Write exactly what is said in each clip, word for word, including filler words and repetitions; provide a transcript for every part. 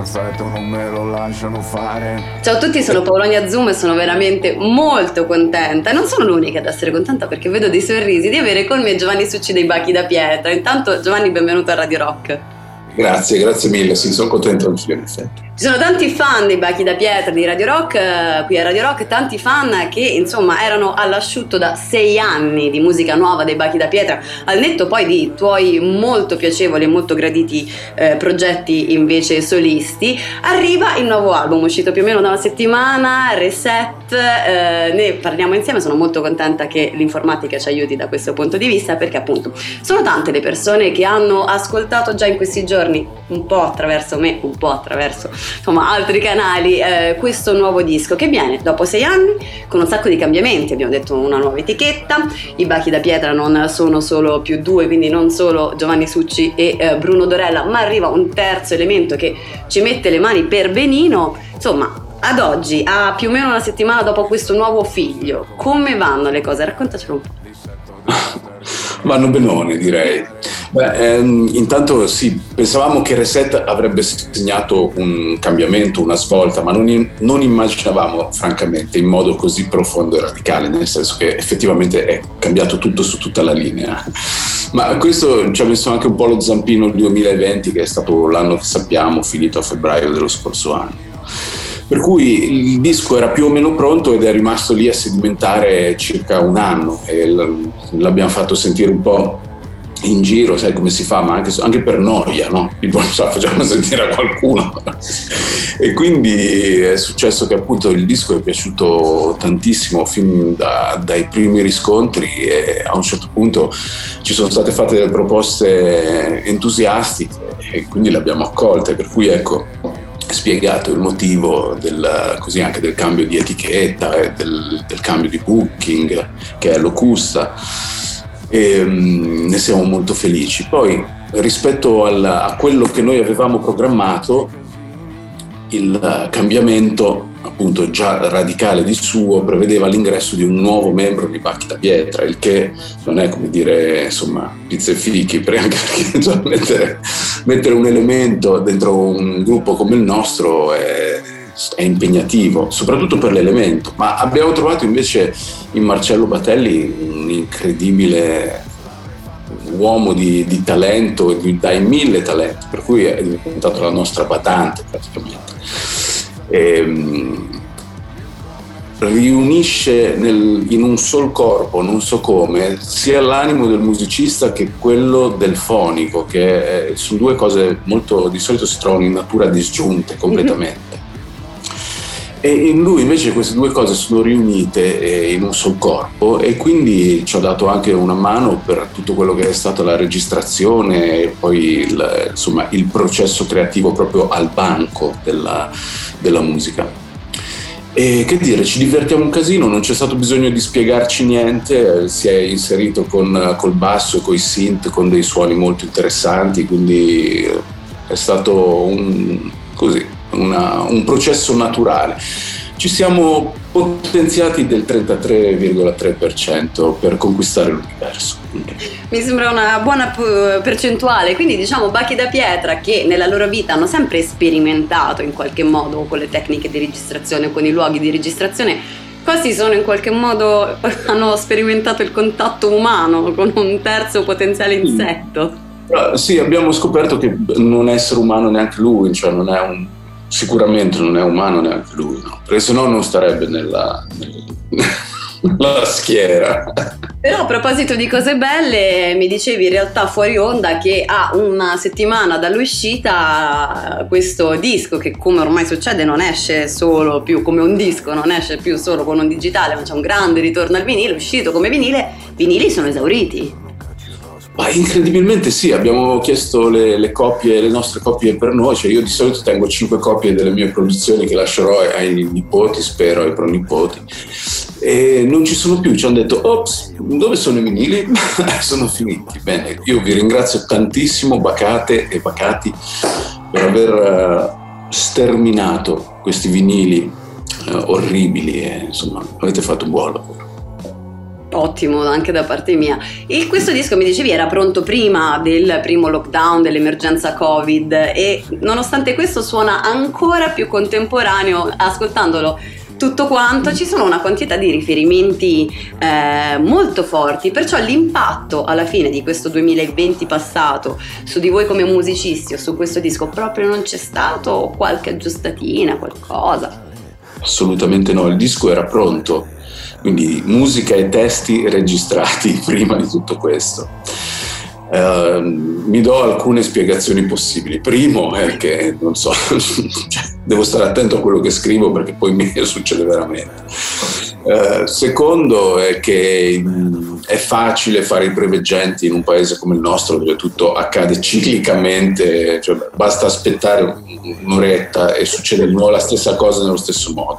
perfetto, non me lo lasciano fare. Ciao a tutti, sono Paolonia Zoom e sono veramente molto contenta, e non sono l'unica ad essere contenta perché vedo dei sorrisi, di avere con me Giovanni Succi dei Bachi da Pietra. Intanto Giovanni, benvenuto a Radio Rock. Grazie, grazie mille, sì, sono contento anch'io in effetti. Ci sono tanti fan dei Bachi da Pietra di Radio Rock, eh, qui a Radio Rock, tanti fan che insomma erano all'asciutto da sei anni di musica nuova dei Bachi da Pietra, al netto poi di tuoi molto piacevoli e molto graditi eh, progetti invece solisti. Arriva il nuovo album, uscito più o meno da una settimana, Reset, eh, ne parliamo insieme. Sono molto contenta che l'informatica ci aiuti da questo punto di vista, perché appunto sono tante le persone che hanno ascoltato già in questi giorni, un po' attraverso me, un po' attraverso insomma altri canali, eh, questo nuovo disco che viene dopo sei anni con un sacco di cambiamenti. Abbiamo detto una nuova etichetta, i Bachi da Pietra non sono solo più due, quindi non solo Giovanni Succi e eh, Bruno Dorella, ma arriva un terzo elemento che ci mette le mani per benino. Insomma, ad oggi, a più o meno una settimana dopo questo nuovo figlio, come vanno le cose? Raccontacelo un po'. Vanno benone, direi. Beh, ehm, intanto sì, pensavamo che Reset avrebbe segnato un cambiamento, una svolta, ma non, in, non immaginavamo francamente in modo così profondo e radicale, nel senso che effettivamente è cambiato tutto su tutta la linea. Ma questo ci ha messo anche un po' lo zampino il duemilaventi, che è stato l'anno che sappiamo, finito a febbraio dello scorso anno. Per cui il disco era più o meno pronto ed è rimasto lì a sedimentare circa un anno, e l'abbiamo fatto sentire un po' in giro, sai come si fa, ma anche, anche per noia, no? Tipo, non so, facciamo sentire a qualcuno. E quindi è successo che appunto il disco è piaciuto tantissimo fin da, dai primi riscontri, e a un certo punto ci sono state fatte delle proposte entusiastiche e quindi le abbiamo accolte, per cui ecco, spiegato il motivo del, così anche del cambio di etichetta e del, del cambio di booking, che è Locusta, e um, ne siamo molto felici. Poi rispetto al, a quello che noi avevamo programmato, il cambiamento appunto già radicale di suo prevedeva l'ingresso di un nuovo membro di Bachi da Pietra, il che non è, come dire, insomma, pizza e fichi, anche perché già mettere, mettere un elemento dentro un gruppo come il nostro è, è impegnativo, soprattutto per l'elemento. Ma abbiamo trovato invece in Marcello Batelli un incredibile uomo di, di talento, di, dai mille talenti, per cui è diventato la nostra badante praticamente. E, riunisce nel, in un sol corpo, non so come, sia l'animo del musicista che quello del fonico, che è, sono due cose molto, di solito si trovano in natura disgiunte completamente. E in lui invece queste due cose sono riunite in un sol corpo, e quindi ci ha dato anche una mano per tutto quello che è stata la registrazione e poi il, insomma, il processo creativo proprio al banco della, della musica. E che dire, ci divertiamo un casino, non c'è stato bisogno di spiegarci niente, si è inserito con, col basso e coi synth con dei suoni molto interessanti, quindi è stato un, così, una, un processo naturale. Ci siamo potenziati del trentatré virgola tre per cento per conquistare l'universo. Mi sembra una buona percentuale. Quindi diciamo Bachi da Pietra, che nella loro vita hanno sempre sperimentato in qualche modo con le tecniche di registrazione, con i luoghi di registrazione, quasi sono in qualche modo hanno sperimentato il contatto umano con un terzo potenziale insetto. Mm. Sì, abbiamo scoperto che non è essere umano neanche lui, cioè non è un sicuramente non è umano neanche lui, no? Perché sennò non starebbe nella, nella schiera. Però a proposito di cose belle, mi dicevi in realtà fuori onda che a una settimana dall'uscita questo disco, che come ormai succede non esce solo più come un disco, non esce più solo con un digitale, ma c'è un grande ritorno al vinile, uscito come vinile, vinili sono esauriti. Ma incredibilmente sì, abbiamo chiesto le, le copie, le nostre copie per noi, cioè io di solito tengo cinque copie delle mie produzioni che lascerò ai nipoti, spero, ai pronipoti, e non ci sono più, ci hanno detto ops, dove sono i vinili? Sono finiti. Bene, io vi ringrazio tantissimo, Bacate e Bacati, per aver sterminato questi vinili eh, orribili, e insomma avete fatto un buon lavoro. Ottimo, anche da parte mia. E questo disco, mi dicevi, era pronto prima del primo lockdown, dell'emergenza Covid, e nonostante questo suona ancora più contemporaneo. Ascoltandolo tutto quanto ci sono una quantità di riferimenti eh, molto forti, perciò l'impatto alla fine di questo duemilaventi passato su di voi come musicisti o su questo disco proprio non c'è stato? Qualche aggiustatina, qualcosa? Assolutamente no, il disco era pronto, quindi musica e testi registrati prima di tutto questo. Uh, mi do alcune spiegazioni possibili. Primo è che, non so, devo stare attento a quello che scrivo perché poi mi succede veramente. Uh, secondo è che mh, è facile fare i preveggenti in un paese come il nostro dove tutto accade ciclicamente, cioè basta aspettare un'oretta e succede di nuovo la stessa cosa nello stesso modo.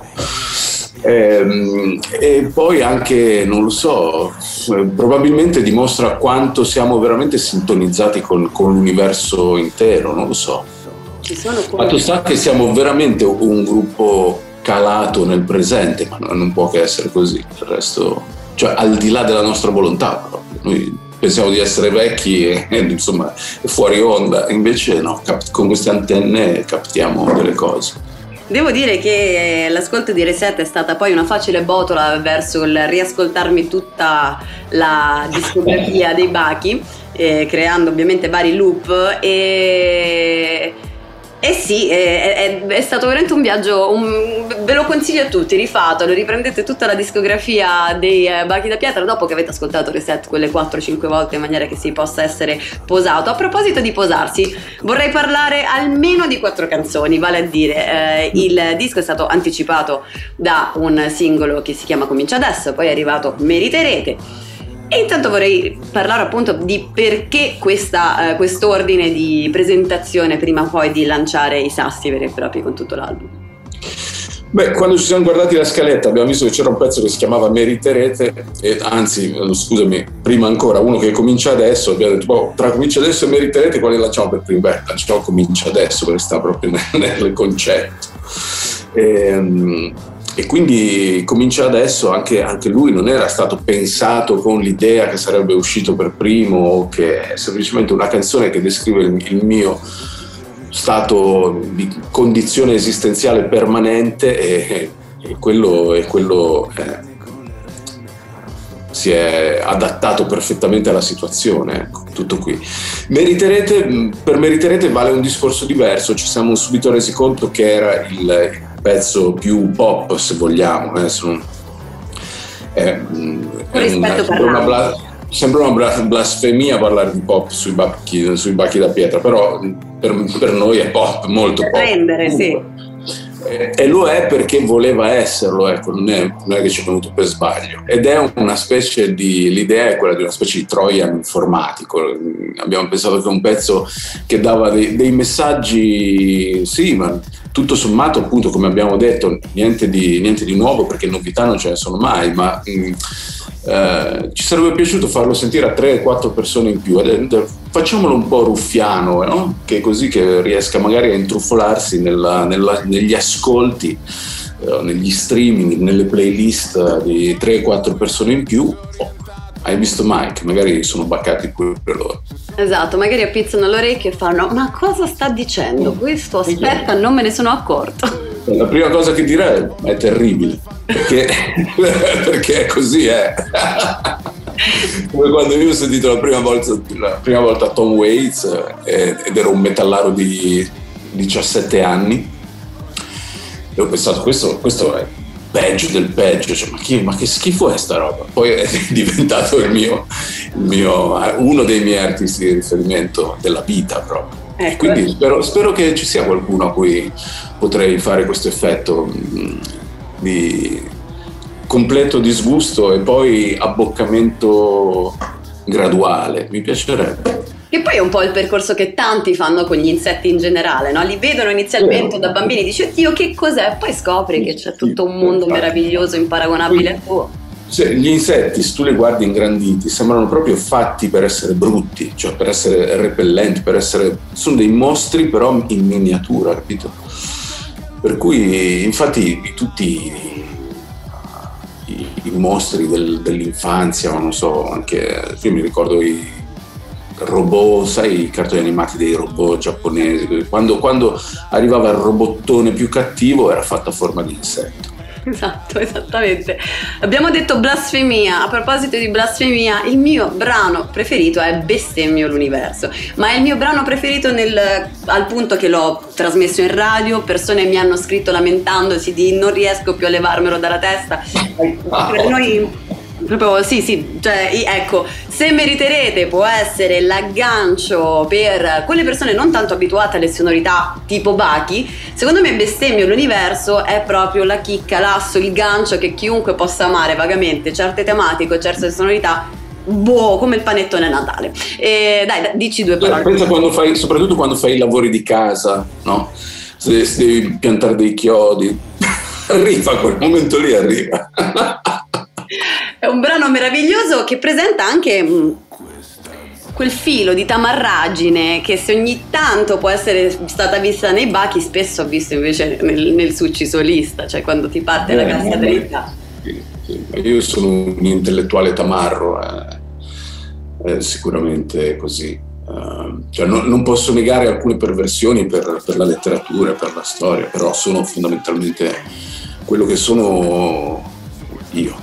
E, e poi anche, non lo so, probabilmente dimostra quanto siamo veramente sintonizzati con, con l'universo intero, non lo so. Ci sono Fatto sta che siamo veramente un gruppo calato nel presente, ma non può che essere così, del resto, cioè al di là della nostra volontà, però. Noi pensiamo di essere vecchi e, e insomma fuori onda, invece no, cap- con queste antenne captiamo delle cose. Devo dire che l'ascolto di Reset è stata poi una facile botola verso il riascoltarmi tutta la discografia dei Bachi, eh, creando ovviamente vari loop e... Eh sì, è, è, è stato veramente un viaggio, un, ve lo consiglio a tutti, rifatelo, riprendete tutta la discografia dei eh, Bachi da Pietra dopo che avete ascoltato Reset quelle quattro cinque volte in maniera che si possa essere posato. A proposito di posarsi, vorrei parlare almeno di quattro canzoni, vale a dire, eh, il disco è stato anticipato da un singolo che si chiama Comincia Adesso, poi è arrivato Meriterete. E intanto vorrei parlare appunto di perché questa, eh, quest'ordine di presentazione prima o poi di lanciare i sassi veri e propri con tutto l'album. Beh, quando ci siamo guardati la scaletta abbiamo visto che c'era un pezzo che si chiamava Meriterete e anzi, scusami, prima ancora uno che comincia adesso, abbiamo detto, boh, tra Comincia Adesso e Meriterete quale lanciamo per prima? Beh, lanciamo Comincia Adesso perché sta proprio nel, nel concetto. E, E quindi Comincia Adesso, anche, anche lui non era stato pensato con l'idea che sarebbe uscito per primo, o che è semplicemente una canzone che descrive il, il mio stato di condizione esistenziale permanente e, e quello, e quello eh, si è adattato perfettamente alla situazione, ecco, tutto qui. Meriterete, per Meriterete vale un discorso diverso, ci siamo subito resi conto che era il pezzo più pop, se vogliamo, eh, sono, è, è una, sembra, una bla, sembra una blasfemia parlare di pop sui bacchi, sui Bachi da Pietra, però per, per noi è pop, molto pop. Prendere, sì. E, e lo è perché voleva esserlo, ecco, non è, non è che ci è venuto per sbaglio. Ed è una specie di, l'idea è quella di una specie di Trojan informatico. Abbiamo pensato che è un pezzo che dava dei, dei messaggi, sì, ma tutto sommato, appunto, come abbiamo detto, niente di, niente di nuovo, perché novità non ce ne sono mai, ma mh, eh, ci sarebbe piaciuto farlo sentire a tre o quattro persone in più. Ed, facciamolo un po' ruffiano, no? Che così che riesca magari a intrufolarsi nella, nella, negli ascolti, eh, negli streaming, nelle playlist di tre o quattro persone in più. Oh, hai visto mai che magari sono baccati pure loro? Esatto, magari appizzano l'orecchio e fanno: ma cosa sta dicendo questo? Aspetta, non me ne sono accorto. La prima cosa che direi è terribile, perché, perché è così, è. Come quando io ho sentito la prima volta, la prima volta Tom Waits eh, ed ero un metallaro di diciassette anni e ho pensato questo, questo è peggio del peggio, cioè, ma, chi, ma che schifo è sta roba? Poi è diventato il mio, il mio, uno dei miei artisti di riferimento della vita proprio. Ecco. Quindi spero, spero che ci sia qualcuno a cui potrei fare questo effetto mh, di completo disgusto e poi abboccamento graduale, mi piacerebbe. Che poi è un po' il percorso che tanti fanno con gli insetti in generale, no? Li vedono inizialmente da bambini, dici oddio che cos'è, poi scopri che c'è tutto un mondo meraviglioso, imparagonabile al tuo. Gli insetti, se tu li guardi ingranditi, sembrano proprio fatti per essere brutti, cioè per essere repellenti, per essere, sono dei mostri però in miniatura, capito? Per cui infatti tutti i i mostri del, dell'infanzia, ma non so, anche io mi ricordo i robot, sai, i cartoni animati dei robot giapponesi, quando, quando arrivava il robottone più cattivo era fatto a forma di insetto. Esatto, esattamente. Abbiamo detto blasfemia. A proposito di blasfemia, il mio brano preferito è Bestemmio l'universo, ma è il mio brano preferito nel, al punto che l'ho trasmesso in radio, persone mi hanno scritto lamentandosi di non riesco più a levarmelo dalla testa. Per noi proprio sì sì, cioè ecco, se meriterete può essere l'aggancio per quelle persone non tanto abituate alle sonorità tipo Bachi. Secondo me Bestemmio l'universo è proprio la chicca, l'asso, il gancio che chiunque possa amare vagamente certe tematiche o certe sonorità, boh, come il panettone a Natale. E dai, dici due parole. Pensa quando fai, soprattutto quando fai i lavori di casa, no? Se, se devi piantare dei chiodi arriva quel momento lì, arriva. È un brano meraviglioso che presenta anche mh, quel filo di tamarragine che se ogni tanto può essere stata vista nei Bachi, spesso ho visto invece nel, nel Succi solista, cioè quando ti parte eh, la cassa dritta. Sì, sì. Io sono un intellettuale tamarro, eh, eh, sicuramente così. Uh, cioè non, non posso negare alcune perversioni per, per la letteratura, per la storia, però sono fondamentalmente quello che sono io.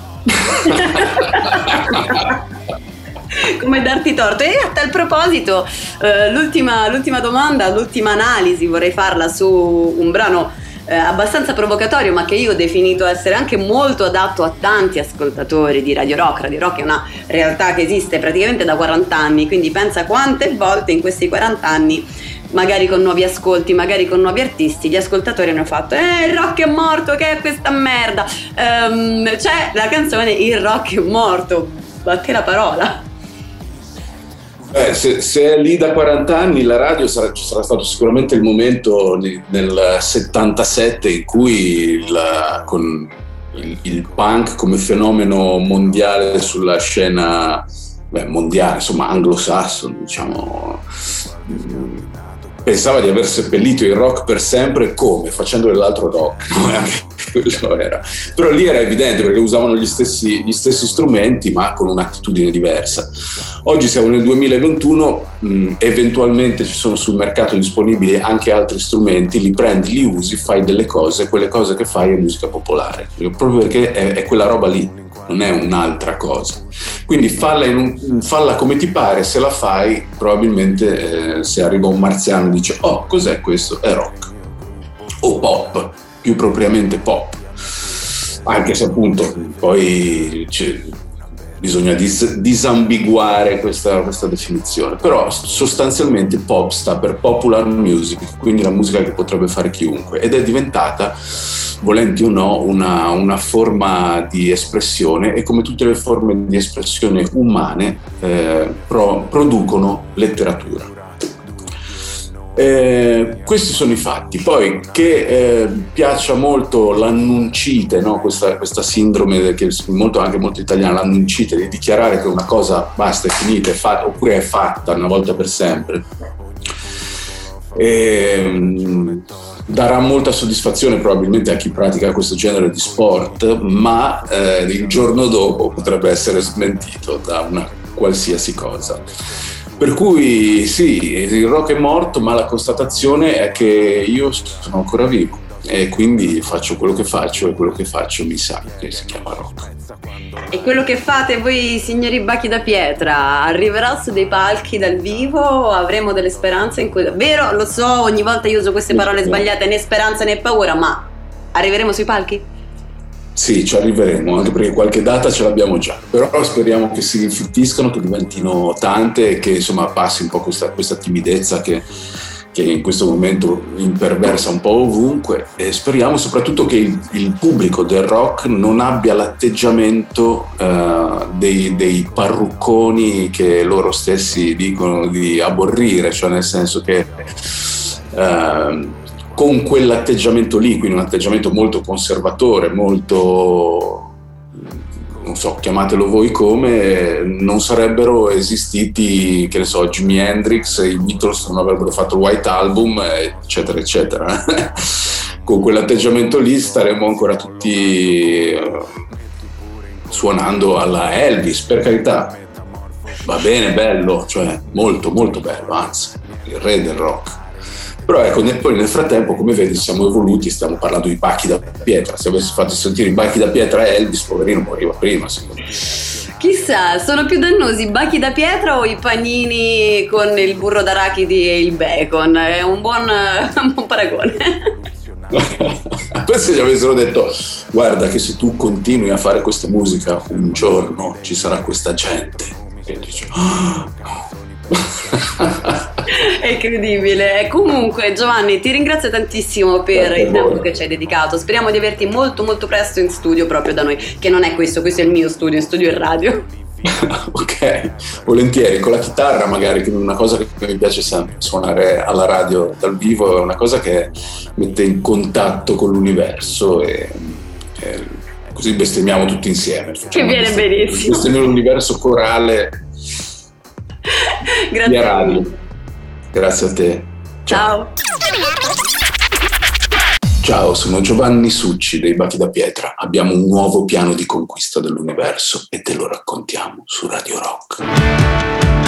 Come darti torto. E a tal proposito, eh, l'ultima, l'ultima domanda, l'ultima analisi vorrei farla su un brano eh, abbastanza provocatorio, ma che io ho definito essere anche molto adatto a tanti ascoltatori di Radio Rock. Radio Rock è una realtà che esiste praticamente da quaranta anni, quindi pensa quante volte in questi quaranta anni, magari con nuovi ascolti, magari con nuovi artisti, gli ascoltatori hanno fatto eh il rock è morto, che è questa merda. Um, c'è la canzone Il rock è morto, batte la parola. Eh, se, se è lì da quaranta anni la radio sarà, ci sarà stato sicuramente il momento di, nel settantasette in cui il, con il, il punk come fenomeno mondiale sulla scena beh, mondiale, insomma anglosassone, diciamo, pensava di aver seppellito il rock per sempre, come? Facendo dell'altro rock, no? Anche quello era. Però lì era evidente perché usavano gli stessi, gli stessi strumenti ma con un'attitudine diversa. Oggi siamo nel duemilaventuno, mh, eventualmente ci sono sul mercato disponibili anche altri strumenti, li prendi, li usi, fai delle cose, quelle cose che fai è musica popolare, proprio perché è, è quella roba lì, non è un'altra cosa. Quindi falla, in un, falla come ti pare, se la fai probabilmente eh, se arriva un marziano e dice oh cos'è questo? È rock o pop, più propriamente pop, anche se appunto poi c'è, bisogna dis- disambiguare questa, questa definizione, però sostanzialmente pop sta per popular music, quindi la musica che potrebbe fare chiunque, ed è diventata, volenti o no, una, una forma di espressione, e come tutte le forme di espressione umane eh, pro, producono letteratura. Eh, questi sono i fatti. Poi che eh, piaccia molto l'annuncite, no? questa, questa sindrome che è molto, anche molto italiana, l'annuncite, di dichiarare che una cosa basta, è finita, è fatta, oppure è fatta una volta per sempre, e, darà molta soddisfazione probabilmente a chi pratica questo genere di sport, ma eh, il giorno dopo potrebbe essere smentito da una qualsiasi cosa. Per cui sì, il rock è morto, ma la constatazione è che io sono ancora vivo e quindi faccio quello che faccio, e quello che faccio mi sa che si chiama rock. E quello che fate voi, signori Bachi da Pietra, arriverà su dei palchi dal vivo? Avremo delle speranze in cui... Vero, lo so, ogni volta io uso queste parole sbagliate, né speranza né paura, ma arriveremo sui palchi? Sì, ci arriveremo, anche perché qualche data ce l'abbiamo già, però speriamo che si rinfittiscano, che diventino tante e che insomma passi un po' questa, questa timidezza che, che in questo momento imperversa un po' ovunque, e speriamo soprattutto che il, il pubblico del rock non abbia l'atteggiamento uh, dei, dei parrucconi che loro stessi dicono di aborrire, cioè nel senso che uh, con quell'atteggiamento lì, quindi un atteggiamento molto conservatore, molto, non so, chiamatelo voi come, non sarebbero esistiti, che ne so, Jimi Hendrix, i Beatles non avrebbero fatto il White Album, eccetera, eccetera. Con quell'atteggiamento lì staremmo ancora tutti suonando alla Elvis, per carità, va bene, bello, cioè molto molto bello, anzi, il re del rock. Però ecco, nel, poi nel frattempo, come vedi, siamo evoluti, stiamo parlando di Bachi da Pietra. Se avessi fatto sentire i Bachi da Pietra a Elvis, poverino, moriva prima, secondo me. Chissà, sono più dannosi i bachi da pietra o i panini con il burro d'arachidi e il bacon? È un buon, un buon paragone. Poi se gli avessero detto: guarda che se tu continui a fare questa musica, un giorno ci sarà questa gente, e dici oh, no. È incredibile. Comunque Giovanni, ti ringrazio tantissimo per il tempo che ci hai dedicato. Speriamo di averti molto molto presto in studio proprio da noi, che non è questo, questo è il mio studio, in studio in radio. Ok, volentieri, con la chitarra magari, che è una cosa che mi piace sempre, suonare alla radio dal vivo è una cosa che mette in contatto con l'universo e, e così bestemmiamo tutti insieme. Che viene bestem- benissimo. Bestemmiamo l'universo corale. Grazie via radio. Grazie a te. Ciao. Ciao, sono Giovanni Succi dei Bachi da Pietra. Abbiamo un nuovo piano di conquista dell'universo e te lo raccontiamo su Radio Rock.